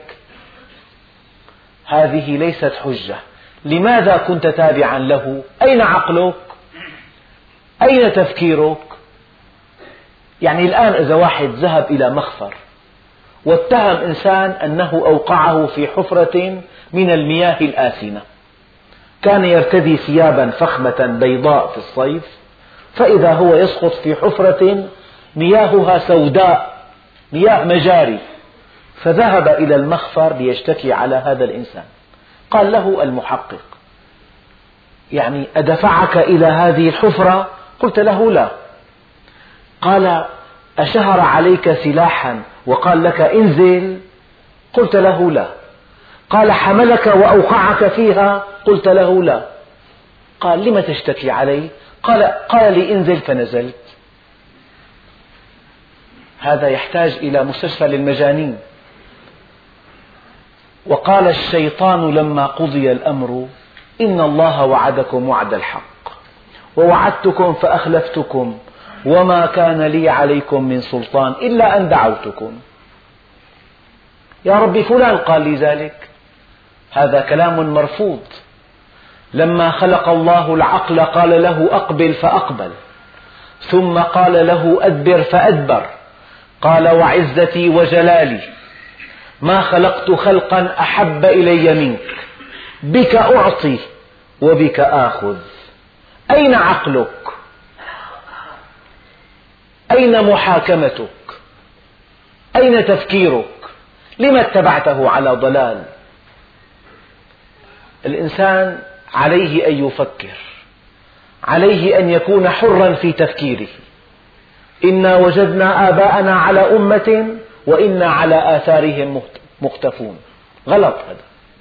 هذه ليست حجة. لماذا كنت تابعا له؟ أين عقلك؟ أين تفكيرك؟ يعني الآن إذا واحد ذهب إلى مخفر واتهم إنسان أنه أوقعه في حفرة من المياه الآسنة، كان يرتدي ثيابا فخمة بيضاء في الصيف، فإذا هو يسقط في حفرة مياهها سوداء، مياه مجاري، فذهب إلى المخفر ليشتكي على هذا الإنسان. قال له المحقق: يعني أدفعك إلى هذه الحفرة؟ قلت له: لا. قال: أشهر عليك سلاحا وقال لك انزل؟ قلت له: لا. قال: حملك وأوقعك فيها؟ قلت له: لا. قال: لم تشتكي علي؟ قال لي: انزل، فنزلت. هذا يحتاج إلى مستشفى للمجانين. وقال الشيطان لما قضي الأمر: إن الله وعدكم وعد الحق ووعدتكم فأخلفتكم وما كان لي عليكم من سلطان إلا أن دعوتكم. يا رب فلان قال لي ذلك. هذا كلام مرفوض. لما خلق الله العقل قال له: أقبل، فأقبل، ثم قال له: أدبر، فأدبر. قال: وعزتي وجلالي ما خلقت خلقا أحب إلي منك، بك أعطي وبك آخذ. أين عقلك؟ أين محاكمتك؟ أين تفكيرك؟ لما اتبعته على ضلال؟ الإنسان عليه أن يفكر، عليه أن يكون حرا في تفكيره. إنا وجدنا آباءنا على أمة وإنا على آثارهم مقتفون. غلط هذا.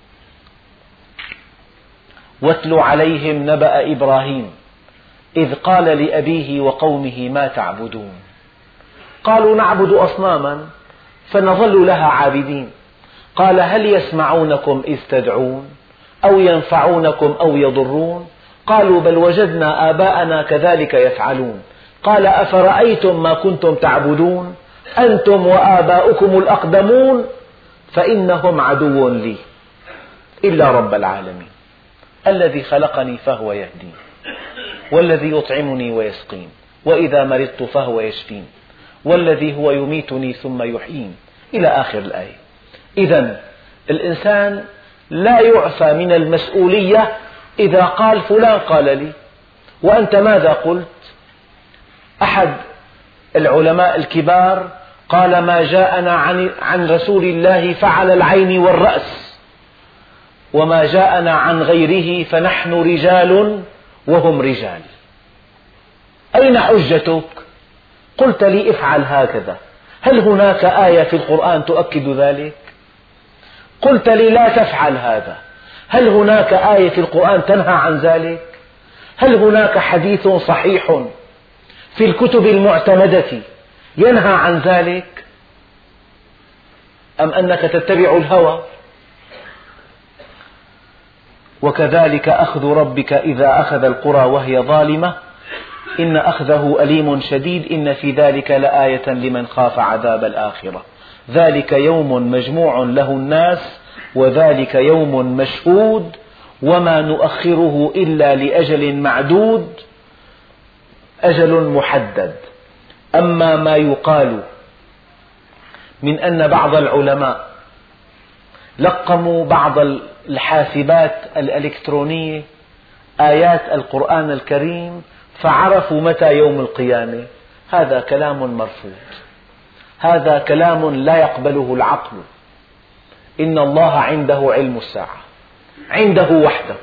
واتل عليهم نبأ إبراهيم إذ قال لأبيه وقومه ما تعبدون قالوا نعبد أصناما فنظل لها عابدين قال هل يسمعونكم إذ تدعون أو ينفعونكم أو يضرون قالوا بل وجدنا آباءنا كذلك يفعلون قال أفرأيتم ما كنتم تعبدون أنتم وآباؤكم الأقدمون فإنهم عدو لي إلا رب العالمين الذي خلقني فهو يهدين والذي يطعمني ويسقين وإذا مرضت فهو يشفين والذي هو يميتني ثم يحيين إلى آخر الآية. إذن الإنسان لا يعفى من المسؤولية إذا قال فلان قال لي وأنت ماذا قلت؟ أحد العلماء الكبار قال ما جاءنا عن رسول الله فعل العين والرأس وما جاءنا عن غيره فنحن رجال وهم رجال. أين حجتك؟ قلت لي افعل هكذا، هل هناك آية في القرآن تؤكد ذلك؟ قلت لي لا تفعل هذا، هل هناك آية في القرآن تنهى عن ذلك؟ هل هناك حديث صحيح في الكتب المعتمدة ينهى عن ذلك؟ أم أنك تتبع الهوى؟ وكذلك أخذ ربك إذا أخذ القرى وهي ظالمة إن أخذه أليم شديد إن في ذلك لآية لمن خاف عذاب الآخرة ذلك يوم مجموع له الناس وذلك يوم مشهود وما نؤخره إلا لأجل معدود أجل محدد. أما ما يقال من أن بعض العلماء لقموا بعض الحاسبات الإلكترونية آيات القرآن الكريم فعرفوا متى يوم القيامة، هذا كلام مرفوض، هذا كلام لا يقبله العقل. إن الله عنده علم الساعة، عنده وحده،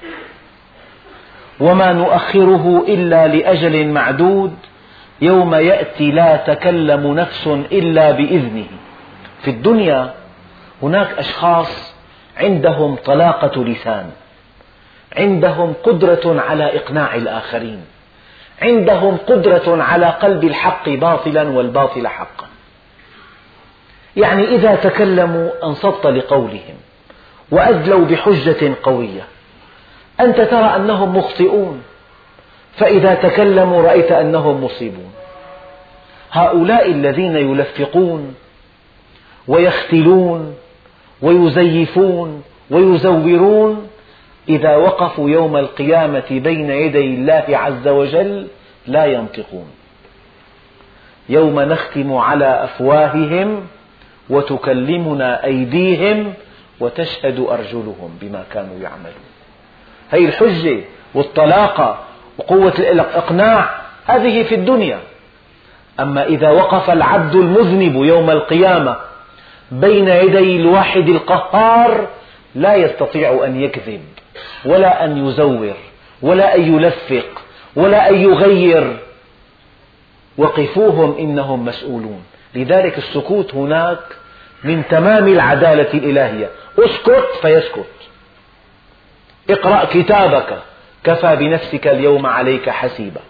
وما نؤخره إلا لأجل معدود يوم يأتي لا تكلم نفس إلا بإذنه. في الدنيا هناك أشخاص عندهم طلاقة لسان، عندهم قدرة على إقناع الآخرين، عندهم قدرة على قلب الحق باطلا والباطل حقا. يعني إذا تكلموا أنصت لقولهم وأدلوا بحجة قوية أنت ترى أنهم مخطئون، فإذا تكلموا رأيت أنهم مصيبون. هؤلاء الذين يلفقون ويختلون ويزيفون ويزورون إذا وقفوا يوم القيامة بين يدي الله عز وجل لا ينطقون. يوم نختم على أفواههم وتكلمنا أيديهم وتشهد أرجلهم بما كانوا يعملون. هذه الحجة والطلاقة وقوة الإقناع هذه في الدنيا. أما إذا وقف العبد المذنب يوم القيامة بين يدي الواحد القهار لا يستطيع أن يكذب ولا أن يزور ولا أن يلفق ولا أن يغير. وقفوهم إنهم مسؤولون. لذلك السكوت هناك من تمام العدالة الإلهية. اسكت فيسكت. اقرأ كتابك كفى بنفسك اليوم عليك حسيبا.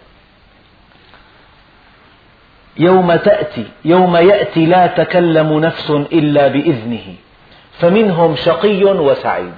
يوم يأتي لا تكلم نفس إلا بإذنه فمنهم شقي وسعيد.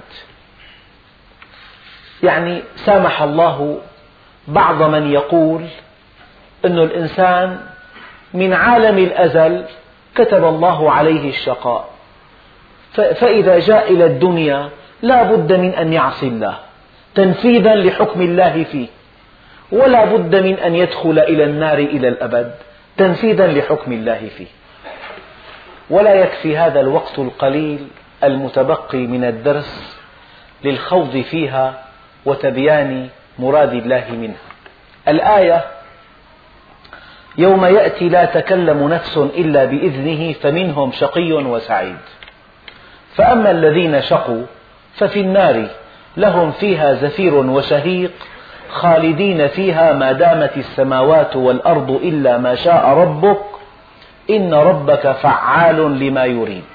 يعني سامح الله بعض من يقول أن الإنسان من عالم الأزل كتب الله عليه الشقاء، فإذا جاء إلى الدنيا لا بد من أن يعصي الله تنفيذا لحكم الله فيه، ولا بد من أن يدخل إلى النار إلى الأبد تنفيذا لحكم الله فيه. ولا يكفي هذا الوقت القليل المتبقي من الدرس للخوض فيها وتبيان مراد الله منها. الآية يوم يأتي لا تكلم نفس إلا بإذنه فمنهم شقي وسعيد. فأما الذين شقوا ففي النار لهم فيها زفير وشهيق خالدين فيها ما دامت السماوات والأرض إلا ما شاء ربك إن ربك فعال لما يريد.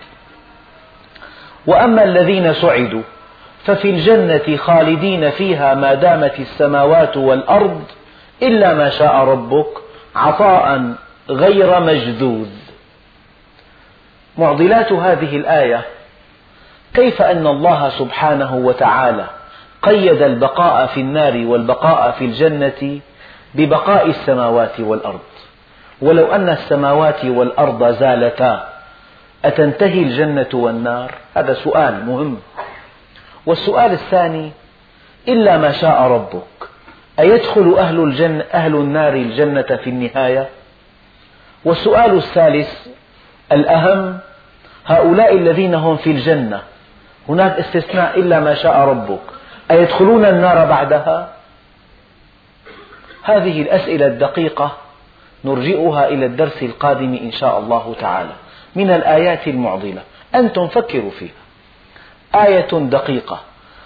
وأما الذين سعدوا ففي الجنة خالدين فيها ما دامت السماوات والأرض إلا ما شاء ربك عطاء غير مجذوذ. معضلات هذه الآية: كيف أن الله سبحانه وتعالى قيد البقاء في النار والبقاء في الجنة ببقاء السماوات والأرض، ولو أن السماوات والأرض زالتا أتنتهي الجنة والنار؟ هذا سؤال مهم. والسؤال الثاني: إلا ما شاء ربك، أيدخل أهل النار الجنة في النهاية؟ والسؤال الثالث الأهم: هؤلاء الذين هم في الجنة هناك استثناء إلا ما شاء ربك، أيدخلون النار بعدها؟ هذه الأسئلة الدقيقة نرجئها إلى الدرس القادم إن شاء الله تعالى من الآيات المعضلة. أنتم فكروا فيها، آية دقيقة: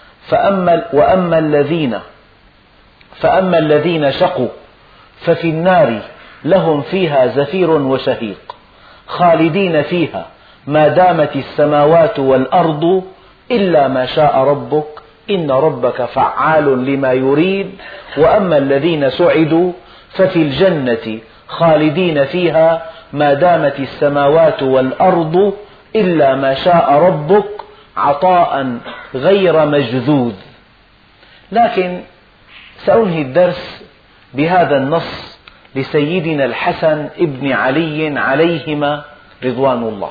فأما الذين شقوا ففي النار لهم فيها زفير وشهيق خالدين فيها ما دامت السماوات والأرض إلا ما شاء ربك إن ربك فعال لما يريد. وأما الذين سعدوا ففي الجنة خالدين فيها ما دامت السماوات والأرض إلا ما شاء ربك عطاء غير مجذوذ. لكن سأنهي الدرس بهذا النص لسيدنا الحسن ابن علي عليهما رضوان الله.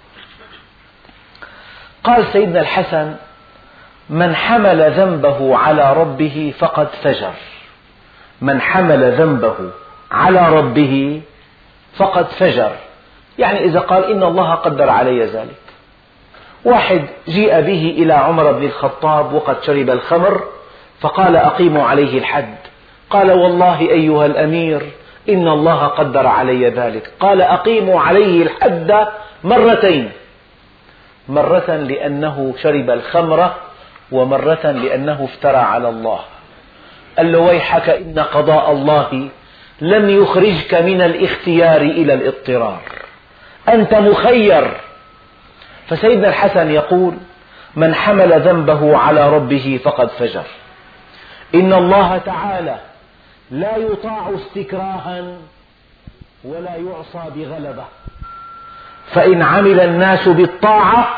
قال سيدنا الحسن: من حمل ذنبه على ربه فقد فجر. من حمل ذنبه على ربه فقد فجر، يعني إذا قال إن الله قدر علي ذلك. واحد جيء به إلى عمر بن الخطاب وقد شرب الخمر فقال: أقيموا عليه الحد. قال: والله أيها الأمير إن الله قدر علي ذلك. قال: أقيموا عليه الحد مرتين، مرة لأنه شرب الخمر ومرة لأنه افترى على الله. قال له: ويحك إن قضاء الله لم يخرجك من الاختيار إلى الاضطرار، أنت مخير. فسيدنا الحسن يقول: من حمل ذنبه على ربه فقد فجر. إن الله تعالى لا يطاع استكراها ولا يعصى بغلبة، فإن عمل الناس بالطاعة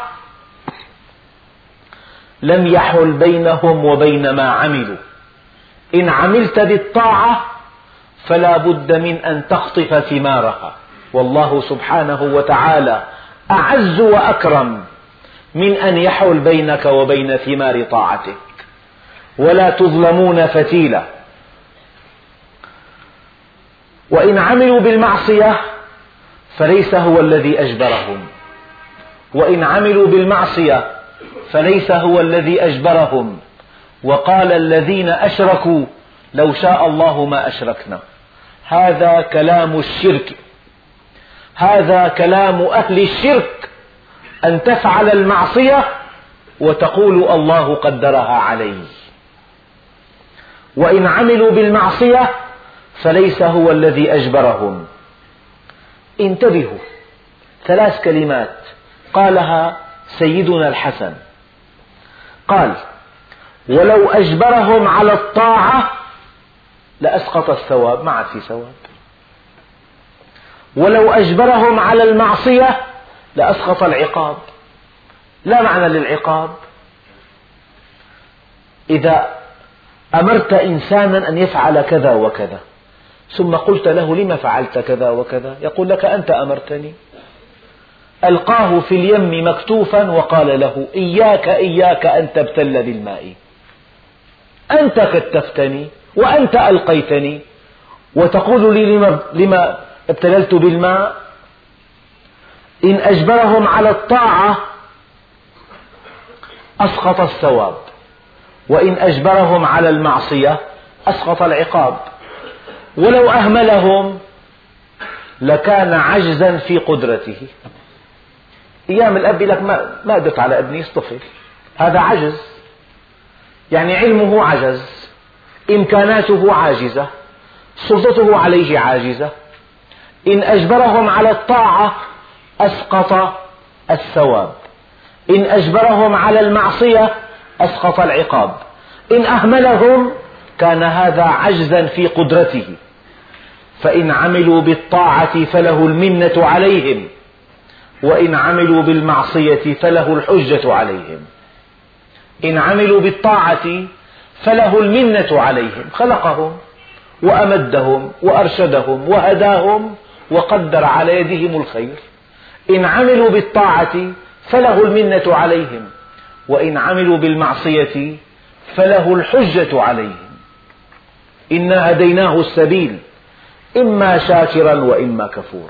لم يحل بينهم وبين ما عملوا. إن عملت بالطاعة فلا بد من أن تقطف ثمارها، والله سبحانه وتعالى أعز وأكرم من أن يحول بينك وبين ثمار طاعتك، ولا تظلمون فتيلا. وإن عملوا بالمعصية فليس هو الذي أجبرهم، وإن عملوا بالمعصية فليس هو الذي أجبرهم. وقال الذين أشركوا لو شاء الله ما أشركنا. هذا كلام الشرك، هذا كلام أهل الشرك، أن تفعل المعصية وتقول الله قدرها علي. وإن عملوا بالمعصية فليس هو الذي أجبرهم. انتبهوا، 3 كلمات قالها سيدنا الحسن. قال: ولو أجبرهم على الطاعة لأسقط الثواب، ما عاد في ثواب. ولو أجبرهم على المعصية لأسقط العقاب، لا معنى للعقاب. إذا أمرت إنسانا أن يفعل كذا وكذا ثم قلت له: لم فعلت كذا وكذا؟ يقول لك: أنت أمرتني. ألقاه في اليم مكتوفا وقال له: إياك إياك أن تبتل بالماء، أنت كتفتني وأنت ألقيتني وتقول لي لما ابتللت بالماء. إن أجبرهم على الطاعة أسقط الثواب، وإن أجبرهم على المعصية أسقط العقاب. ولو أهملهم لكان عجزا في قدرته. أيام الأب لك ما قدرت على ابني يصطفل، هذا عجز، يعني علمه عجز، إمكاناته عاجزة، سلطته عليه عاجزة. إن أجبرهم على الطاعة أسقط الثواب، إن أجبرهم على المعصية أسقط العقاب، إن أهملهم كان هذا عجزا في قدرته. فإن عملوا بالطاعة فله المنة عليهم، وإن عملوا بالمعصية فله الحجة عليهم. إن عملوا بالطاعة فله المنة عليهم، خلقهم وأمدهم وأرشدهم وهداهم وقدر على يدهم الخير. إن عملوا بالطاعة فله المنة عليهم، وإن عملوا بالمعصية فله الحجة عليهم. إنا هديناه السبيل إما شاكرا وإما كفورا.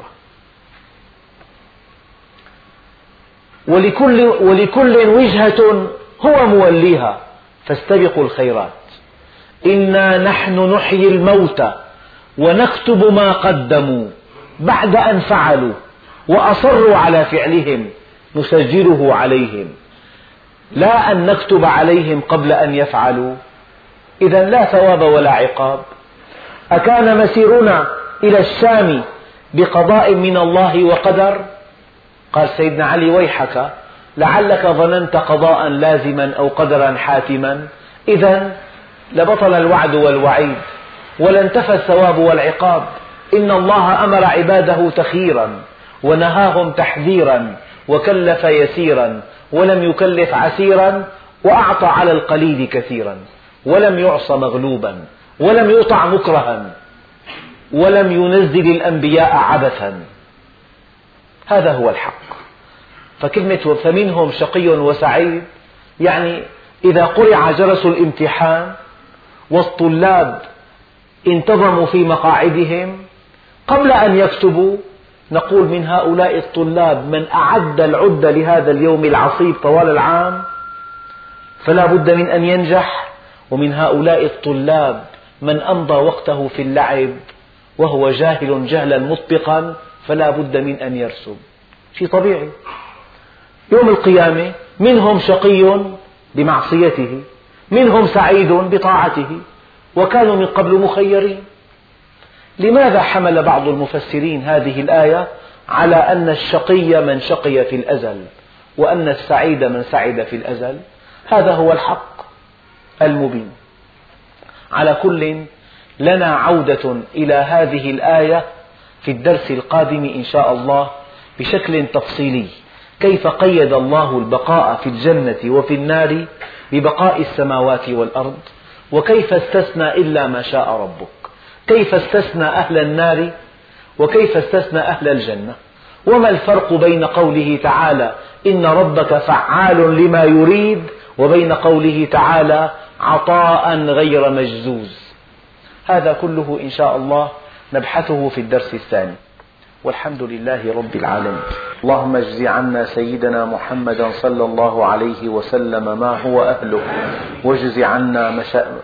ولكل وجهة هو موليها فاستبقوا الخيرات. إنا نحن نحيي الموتى ونكتب ما قدموا بعد أن فعلوا وأصروا على فعلهم نسجله عليهم، لا أن نكتب عليهم قبل أن يفعلوا. إذا لا ثواب ولا عقاب. أكان مسيرنا إلى الشام بقضاء من الله وقدر؟ قال سيدنا علي: ويحك لعلك ظننت قضاء لازما أو قدرا حاتما. إذا لبطل الوعد والوعيد ولانتفى الثواب والعقاب. إن الله أمر عباده تخييرا ونهاهم تحذيرا وكلف يسيرا ولم يكلف عسيرا، وأعطى على القليل كثيرا ولم يعص مغلوبا ولم يطع مكرها ولم ينزل الأنبياء عبثا. هذا هو الحق. فكلمة فمنهم شقي وسعيد يعني إذا قرع جرس الامتحان والطلاب انتظموا في مقاعدهم قبل أن يكتبوا، نقول من هؤلاء الطلاب من أعد العدة لهذا اليوم العصيب طوال العام فلا بد من أن ينجح، ومن هؤلاء الطلاب من أمضى وقته في اللعب وهو جاهل جهلا مطبقا فلا بد من أن يرسب. شيء طبيعي. يوم القيامة منهم شقي بمعصيته، منهم سعيد بطاعته، وكانوا من قبل مخيرين. لماذا حمل بعض المفسرين هذه الآية على أن الشقي من شقي في الأزل وأن السعيد من سعد في الأزل؟ هذا هو الحق المبين. على كل لنا عودة إلى هذه الآية في الدرس القادم إن شاء الله بشكل تفصيلي، كيف قيد الله البقاء في الجنة وفي النار ببقاء السماوات والأرض، وكيف استثنى إلا ما شاء ربك، كيف استثنى أهل النار وكيف استثنى أهل الجنة، وما الفرق بين قوله تعالى إن ربك فعال لما يريد وبين قوله تعالى عطاء غير مجزوز. هذا كله إن شاء الله نبحثه في الدرس الثاني، والحمد لله رب العالمين. اللهم اجز عنا سيدنا محمدا صلى الله عليه وسلم ما هو أهله، واجز عنا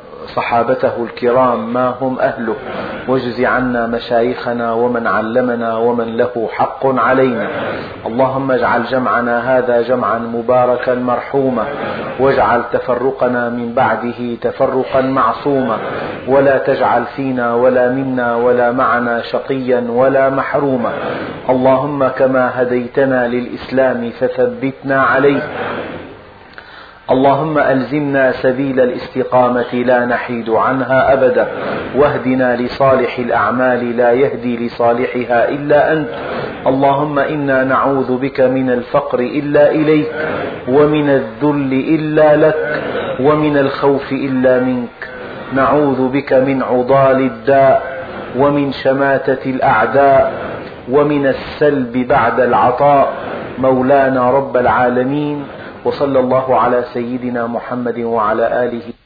صحابته الكرام ما هم أهله، واجز عنا مشايخنا ومن علمنا ومن له حق علينا. اللهم اجعل جمعنا هذا جمعا مباركا مرحوما، واجعل تفرقنا من بعده تفرقا معصوما، ولا تجعل فينا ولا منا ولا معنا شقيا ولا محروما. اللهم كما هديتنا للإسلام فثبتنا عليه، اللهم ألزمنا سبيل الاستقامة لا نحيد عنها أبدا، واهدنا لصالح الأعمال لا يهدي لصالحها إلا أنت. اللهم إنا نعوذ بك من الفقر إلا إليك، ومن الذل إلا لك، ومن الخوف إلا منك. نعوذ بك من عضال الداء، ومن شماتة الأعداء، ومن السلب بعد العطاء. مولانا رب العالمين، وصلى الله على سيدنا محمد وعلى آله